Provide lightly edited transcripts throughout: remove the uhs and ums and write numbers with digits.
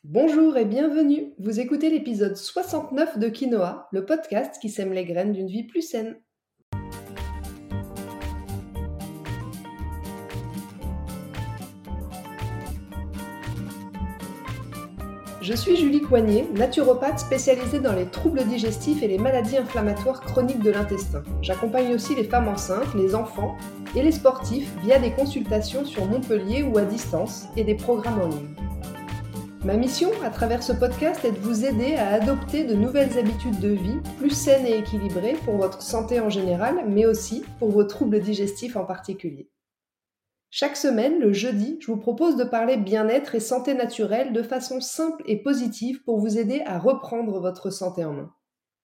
Bonjour et bienvenue. Vous écoutez l'épisode 69 de Quinoa, le podcast qui sème les graines d'une vie plus saine. Je suis Julie Coignet, naturopathe spécialisée dans les troubles digestifs et les maladies inflammatoires chroniques de l'intestin. J'accompagne aussi les femmes enceintes, les enfants et les sportifs via des consultations sur Montpellier ou à distance et des programmes en ligne. Ma mission à travers ce podcast est de vous aider à adopter de nouvelles habitudes de vie plus saines et équilibrées pour votre santé en général, mais aussi pour vos troubles digestifs en particulier. Chaque semaine, le jeudi, je vous propose de parler bien-être et santé naturelle de façon simple et positive pour vous aider à reprendre votre santé en main.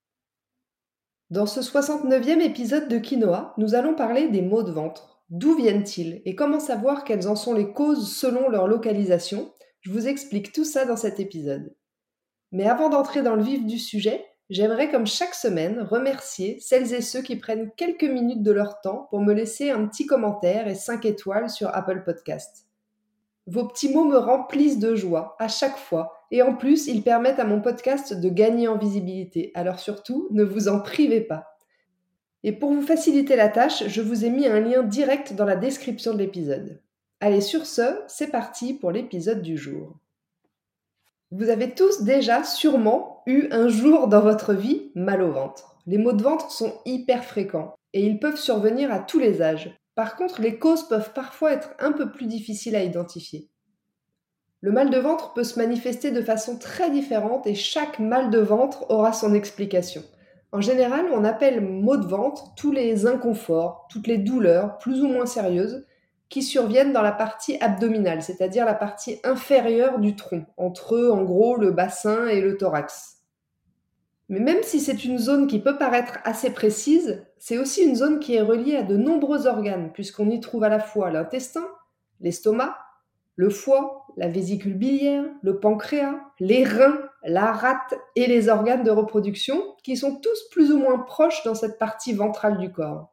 Dans ce 69e épisode de Quinoa, nous allons parler des maux de ventre. D'où viennent-ils et comment savoir quelles en sont les causes selon leur localisation? Je vous explique tout ça dans cet épisode. Mais avant d'entrer dans le vif du sujet, j'aimerais comme chaque semaine remercier celles et ceux qui prennent quelques minutes de leur temps pour me laisser un petit commentaire et 5 étoiles sur Apple Podcast. Vos petits mots me remplissent de joie à chaque fois et en plus ils permettent à mon podcast de gagner en visibilité, alors surtout ne vous en privez pas. Et pour vous faciliter la tâche, je vous ai mis un lien direct dans la description de l'épisode. Allez, sur ce, c'est parti pour l'épisode du jour. Vous avez tous déjà sûrement eu un jour dans votre vie mal au ventre. Les maux de ventre sont hyper fréquents et ils peuvent survenir à tous les âges. Par contre, les causes peuvent parfois être un peu plus difficiles à identifier. Le mal de ventre peut se manifester de façon très différente et chaque mal de ventre aura son explication. En général, on appelle maux de ventre tous les inconforts, toutes les douleurs plus ou moins sérieuses qui surviennent dans la partie abdominale, c'est-à-dire la partie inférieure du tronc, entre en gros le bassin et le thorax. Mais même si c'est une zone qui peut paraître assez précise, c'est aussi une zone qui est reliée à de nombreux organes, puisqu'on y trouve à la fois l'intestin, l'estomac, le foie, la vésicule biliaire, le pancréas, les reins, la rate et les organes de reproduction, qui sont tous plus ou moins proches dans cette partie ventrale du corps.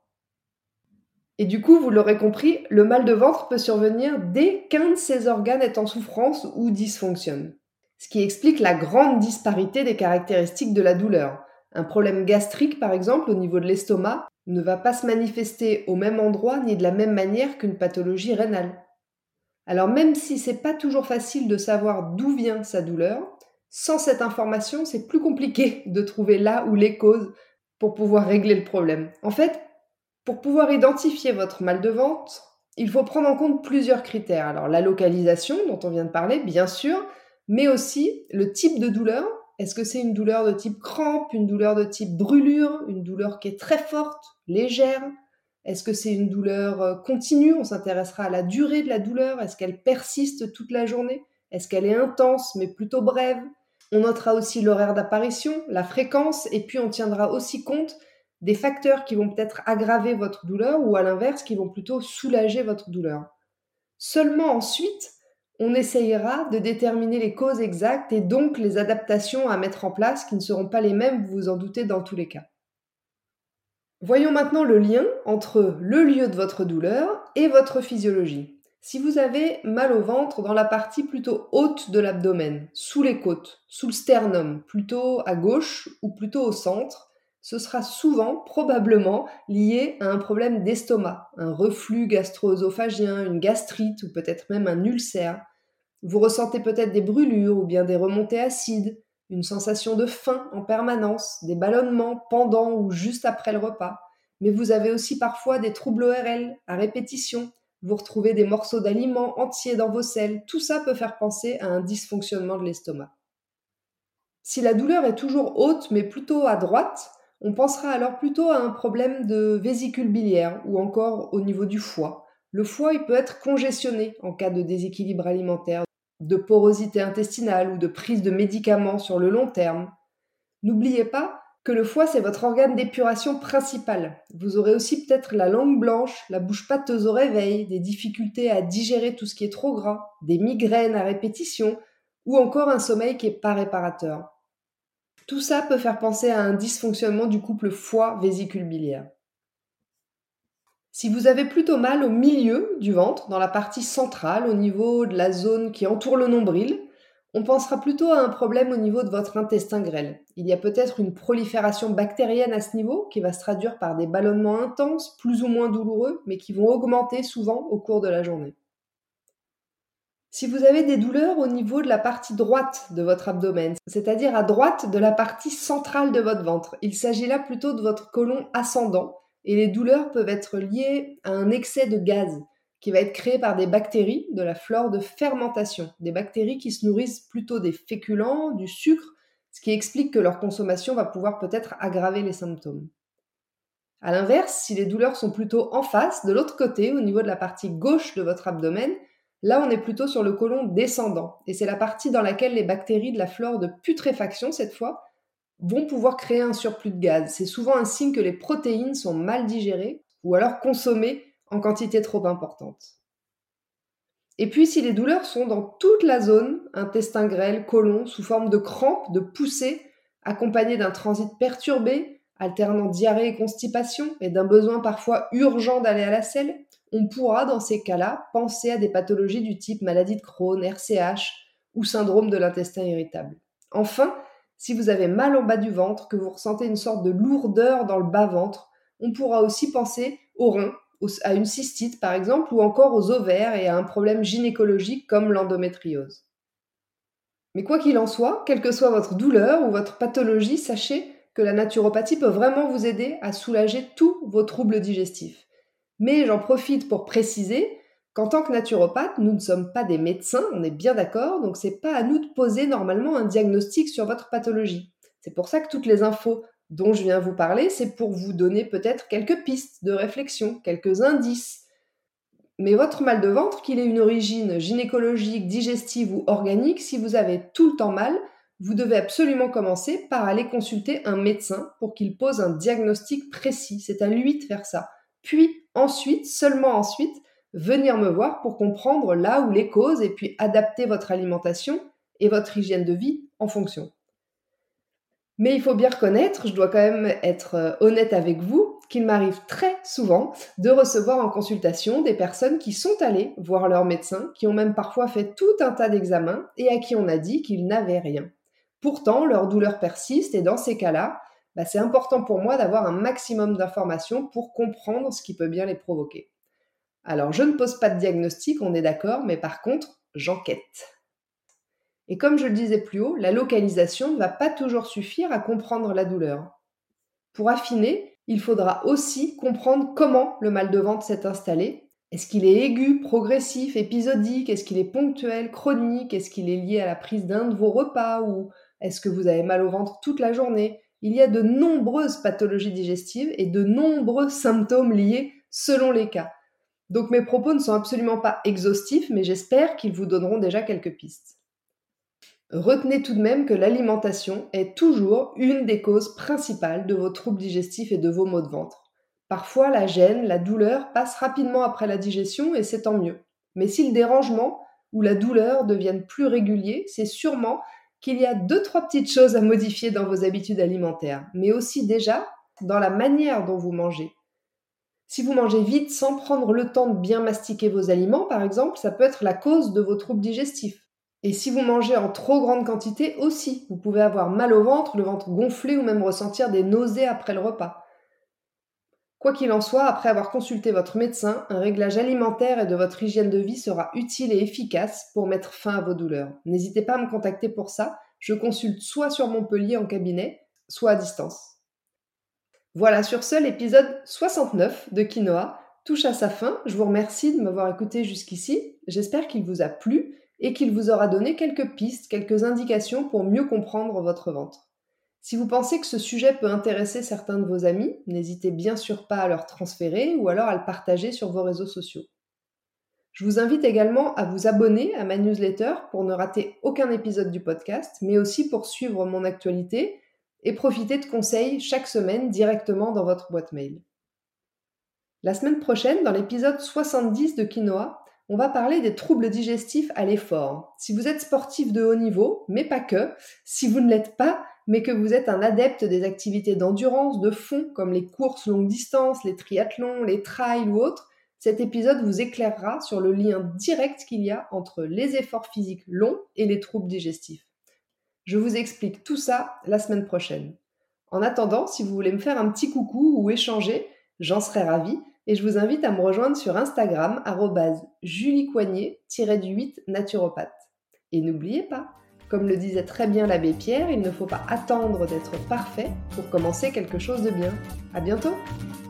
Et du coup, vous l'aurez compris, le mal de ventre peut survenir dès qu'un de ces organes est en souffrance ou dysfonctionne. Ce qui explique la grande disparité des caractéristiques de la douleur. Un problème gastrique, par exemple, au niveau de l'estomac, ne va pas se manifester au même endroit ni de la même manière qu'une pathologie rénale. Alors même si c'est pas toujours facile de savoir d'où vient sa douleur, sans cette information, c'est plus compliqué de trouver là où les causes pour pouvoir régler le problème. En fait, pour pouvoir identifier votre mal de ventre, il faut prendre en compte plusieurs critères. Alors la localisation dont on vient de parler, bien sûr, mais aussi le type de douleur. Est-ce que c'est une douleur de type crampe, une douleur de type brûlure, une douleur qui est très forte, légère? Est-ce que c'est une douleur continue? On s'intéressera à la durée de la douleur. Est-ce qu'elle persiste toute la journée? Est-ce qu'elle est intense mais plutôt brève? On notera aussi l'horaire d'apparition, la fréquence, et puis on tiendra aussi compte des facteurs qui vont peut-être aggraver votre douleur ou à l'inverse qui vont plutôt soulager votre douleur. Seulement ensuite, on essayera de déterminer les causes exactes et donc les adaptations à mettre en place qui ne seront pas les mêmes, vous vous en doutez, dans tous les cas. Voyons maintenant le lien entre le lieu de votre douleur et votre physiologie. Si vous avez mal au ventre dans la partie plutôt haute de l'abdomen, sous les côtes, sous le sternum, plutôt à gauche ou plutôt au centre, ce sera souvent, probablement, lié à un problème d'estomac, un reflux gastro-œsophagien, une gastrite ou peut-être même un ulcère. Vous ressentez peut-être des brûlures ou bien des remontées acides, une sensation de faim en permanence, des ballonnements pendant ou juste après le repas. Mais vous avez aussi parfois des troubles ORL à répétition. Vous retrouvez des morceaux d'aliments entiers dans vos selles. Tout ça peut faire penser à un dysfonctionnement de l'estomac. Si la douleur est toujours haute mais plutôt à droite, on pensera alors plutôt à un problème de vésicule biliaire ou encore au niveau du foie. Le foie, il peut être congestionné en cas de déséquilibre alimentaire, de porosité intestinale ou de prise de médicaments sur le long terme. N'oubliez pas que le foie, c'est votre organe d'épuration principal. Vous aurez aussi peut-être la langue blanche, la bouche pâteuse au réveil, des difficultés à digérer tout ce qui est trop gras, des migraines à répétition ou encore un sommeil qui n'est pas réparateur. Tout ça peut faire penser à un dysfonctionnement du couple foie-vésicule biliaire. Si vous avez plutôt mal au milieu du ventre, dans la partie centrale, au niveau de la zone qui entoure le nombril, On pensera plutôt à un problème au niveau de votre intestin grêle. Il y a peut-être une prolifération bactérienne à ce niveau qui va se traduire par des ballonnements intenses, plus ou moins douloureux, mais qui vont augmenter souvent au cours de la journée. Si vous avez des douleurs au niveau de la partie droite de votre abdomen, c'est-à-dire à droite de la partie centrale de votre ventre, il s'agit là plutôt de votre côlon ascendant et les douleurs peuvent être liées à un excès de gaz qui va être créé par des bactéries de la flore de fermentation, des bactéries qui se nourrissent plutôt des féculents, du sucre, ce qui explique que leur consommation va pouvoir peut-être aggraver les symptômes. À l'inverse, si les douleurs sont plutôt en face, de l'autre côté, au niveau de la partie gauche de votre abdomen, là on est plutôt sur le côlon descendant. Et c'est la partie dans laquelle les bactéries de la flore de putréfaction, cette fois, vont pouvoir créer un surplus de gaz. C'est souvent un signe que les protéines sont mal digérées ou alors consommées en quantité trop importante. Et puis si les douleurs sont dans toute la zone, intestin grêle, côlon, sous forme de crampes, de poussées, accompagnées d'un transit perturbé, alternant diarrhée et constipation, et d'un besoin parfois urgent d'aller à la selle, on pourra dans ces cas-là penser à des pathologies du type maladie de Crohn, RCH ou syndrome de l'intestin irritable. Enfin, si vous avez mal en bas du ventre, que vous ressentez une sorte de lourdeur dans le bas-ventre, on pourra aussi penser aux reins, à une cystite par exemple, ou encore aux ovaires et à un problème gynécologique comme l'endométriose. Mais quoi qu'il en soit, quelle que soit votre douleur ou votre pathologie, sachez que la naturopathie peut vraiment vous aider à soulager tous vos troubles digestifs. Mais j'en profite pour préciser qu'en tant que naturopathe, nous ne sommes pas des médecins, on est bien d'accord, donc c'est pas à nous de poser normalement un diagnostic sur votre pathologie. C'est pour ça que toutes les infos dont je viens vous parler, c'est pour vous donner peut-être quelques pistes de réflexion, quelques indices. Mais votre mal de ventre, qu'il ait une origine gynécologique, digestive ou organique, si vous avez tout le temps mal, vous devez absolument commencer par aller consulter un médecin pour qu'il pose un diagnostic précis. C'est à lui de faire ça. Puis ensuite, seulement ensuite, venir me voir pour comprendre là où les causes et puis adapter votre alimentation et votre hygiène de vie en fonction. Mais il faut bien reconnaître, je dois quand même être honnête avec vous, qu'il m'arrive très souvent de recevoir en consultation des personnes qui sont allées voir leur médecin, qui ont même parfois fait tout un tas d'examens et à qui on a dit qu'ils n'avaient rien. Pourtant, leur douleur persiste et dans ces cas-là, c'est important pour moi d'avoir un maximum d'informations pour comprendre ce qui peut bien les provoquer. Alors, je ne pose pas de diagnostic, on est d'accord, mais par contre, j'enquête. Et comme je le disais plus haut, la localisation ne va pas toujours suffire à comprendre la douleur. Pour affiner, il faudra aussi comprendre comment le mal de ventre s'est installé. Est-ce qu'il est aigu, progressif, épisodique? Est-ce qu'il est ponctuel, chronique? Est-ce qu'il est lié à la prise d'un de vos repas? Ou est-ce que vous avez mal au ventre toute la journée? Il y a de nombreuses pathologies digestives et de nombreux symptômes liés selon les cas. Donc mes propos ne sont absolument pas exhaustifs, mais j'espère qu'ils vous donneront déjà quelques pistes. Retenez tout de même que l'alimentation est toujours une des causes principales de vos troubles digestifs et de vos maux de ventre. Parfois, la gêne, la douleur passe rapidement après la digestion et c'est tant mieux. Mais si le dérangement ou la douleur deviennent plus réguliers, c'est sûrement qu'il y a 2-3 petites choses à modifier dans vos habitudes alimentaires, mais aussi déjà dans la manière dont vous mangez. Si vous mangez vite sans prendre le temps de bien mastiquer vos aliments, par exemple, ça peut être la cause de vos troubles digestifs. Et si vous mangez en trop grande quantité aussi, vous pouvez avoir mal au ventre, le ventre gonflé ou même ressentir des nausées après le repas. Quoi qu'il en soit, après avoir consulté votre médecin, un réglage alimentaire et de votre hygiène de vie sera utile et efficace pour mettre fin à vos douleurs. N'hésitez pas à me contacter pour ça, je consulte soit sur Montpellier en cabinet, soit à distance. Voilà, sur ce, l'épisode 69 de Quinoa touche à sa fin. Je vous remercie de m'avoir écouté jusqu'ici. J'espère qu'il vous a plu et qu'il vous aura donné quelques pistes, quelques indications pour mieux comprendre votre ventre. Si vous pensez que ce sujet peut intéresser certains de vos amis, n'hésitez bien sûr pas à leur transférer ou alors à le partager sur vos réseaux sociaux. Je vous invite également à vous abonner à ma newsletter pour ne rater aucun épisode du podcast, mais aussi pour suivre mon actualité et profiter de conseils chaque semaine directement dans votre boîte mail. La semaine prochaine, dans l'épisode 70 de Quinoa, on va parler des troubles digestifs à l'effort. Si vous êtes sportif de haut niveau, mais pas que, si vous ne l'êtes pas, mais que vous êtes un adepte des activités d'endurance, de fond, comme les courses longue distance, les triathlons, les trails ou autres, Cet épisode vous éclairera sur le lien direct qu'il y a entre les efforts physiques longs et les troubles digestifs. Je vous explique tout ça la semaine prochaine. En attendant, si vous voulez me faire un petit coucou ou échanger, j'en serais ravie et je vous invite à me rejoindre sur Instagram @juliecoignet-8 naturopathe. Et n'oubliez pas, comme le disait très bien l'abbé Pierre, il ne faut pas attendre d'être parfait pour commencer quelque chose de bien. À bientôt!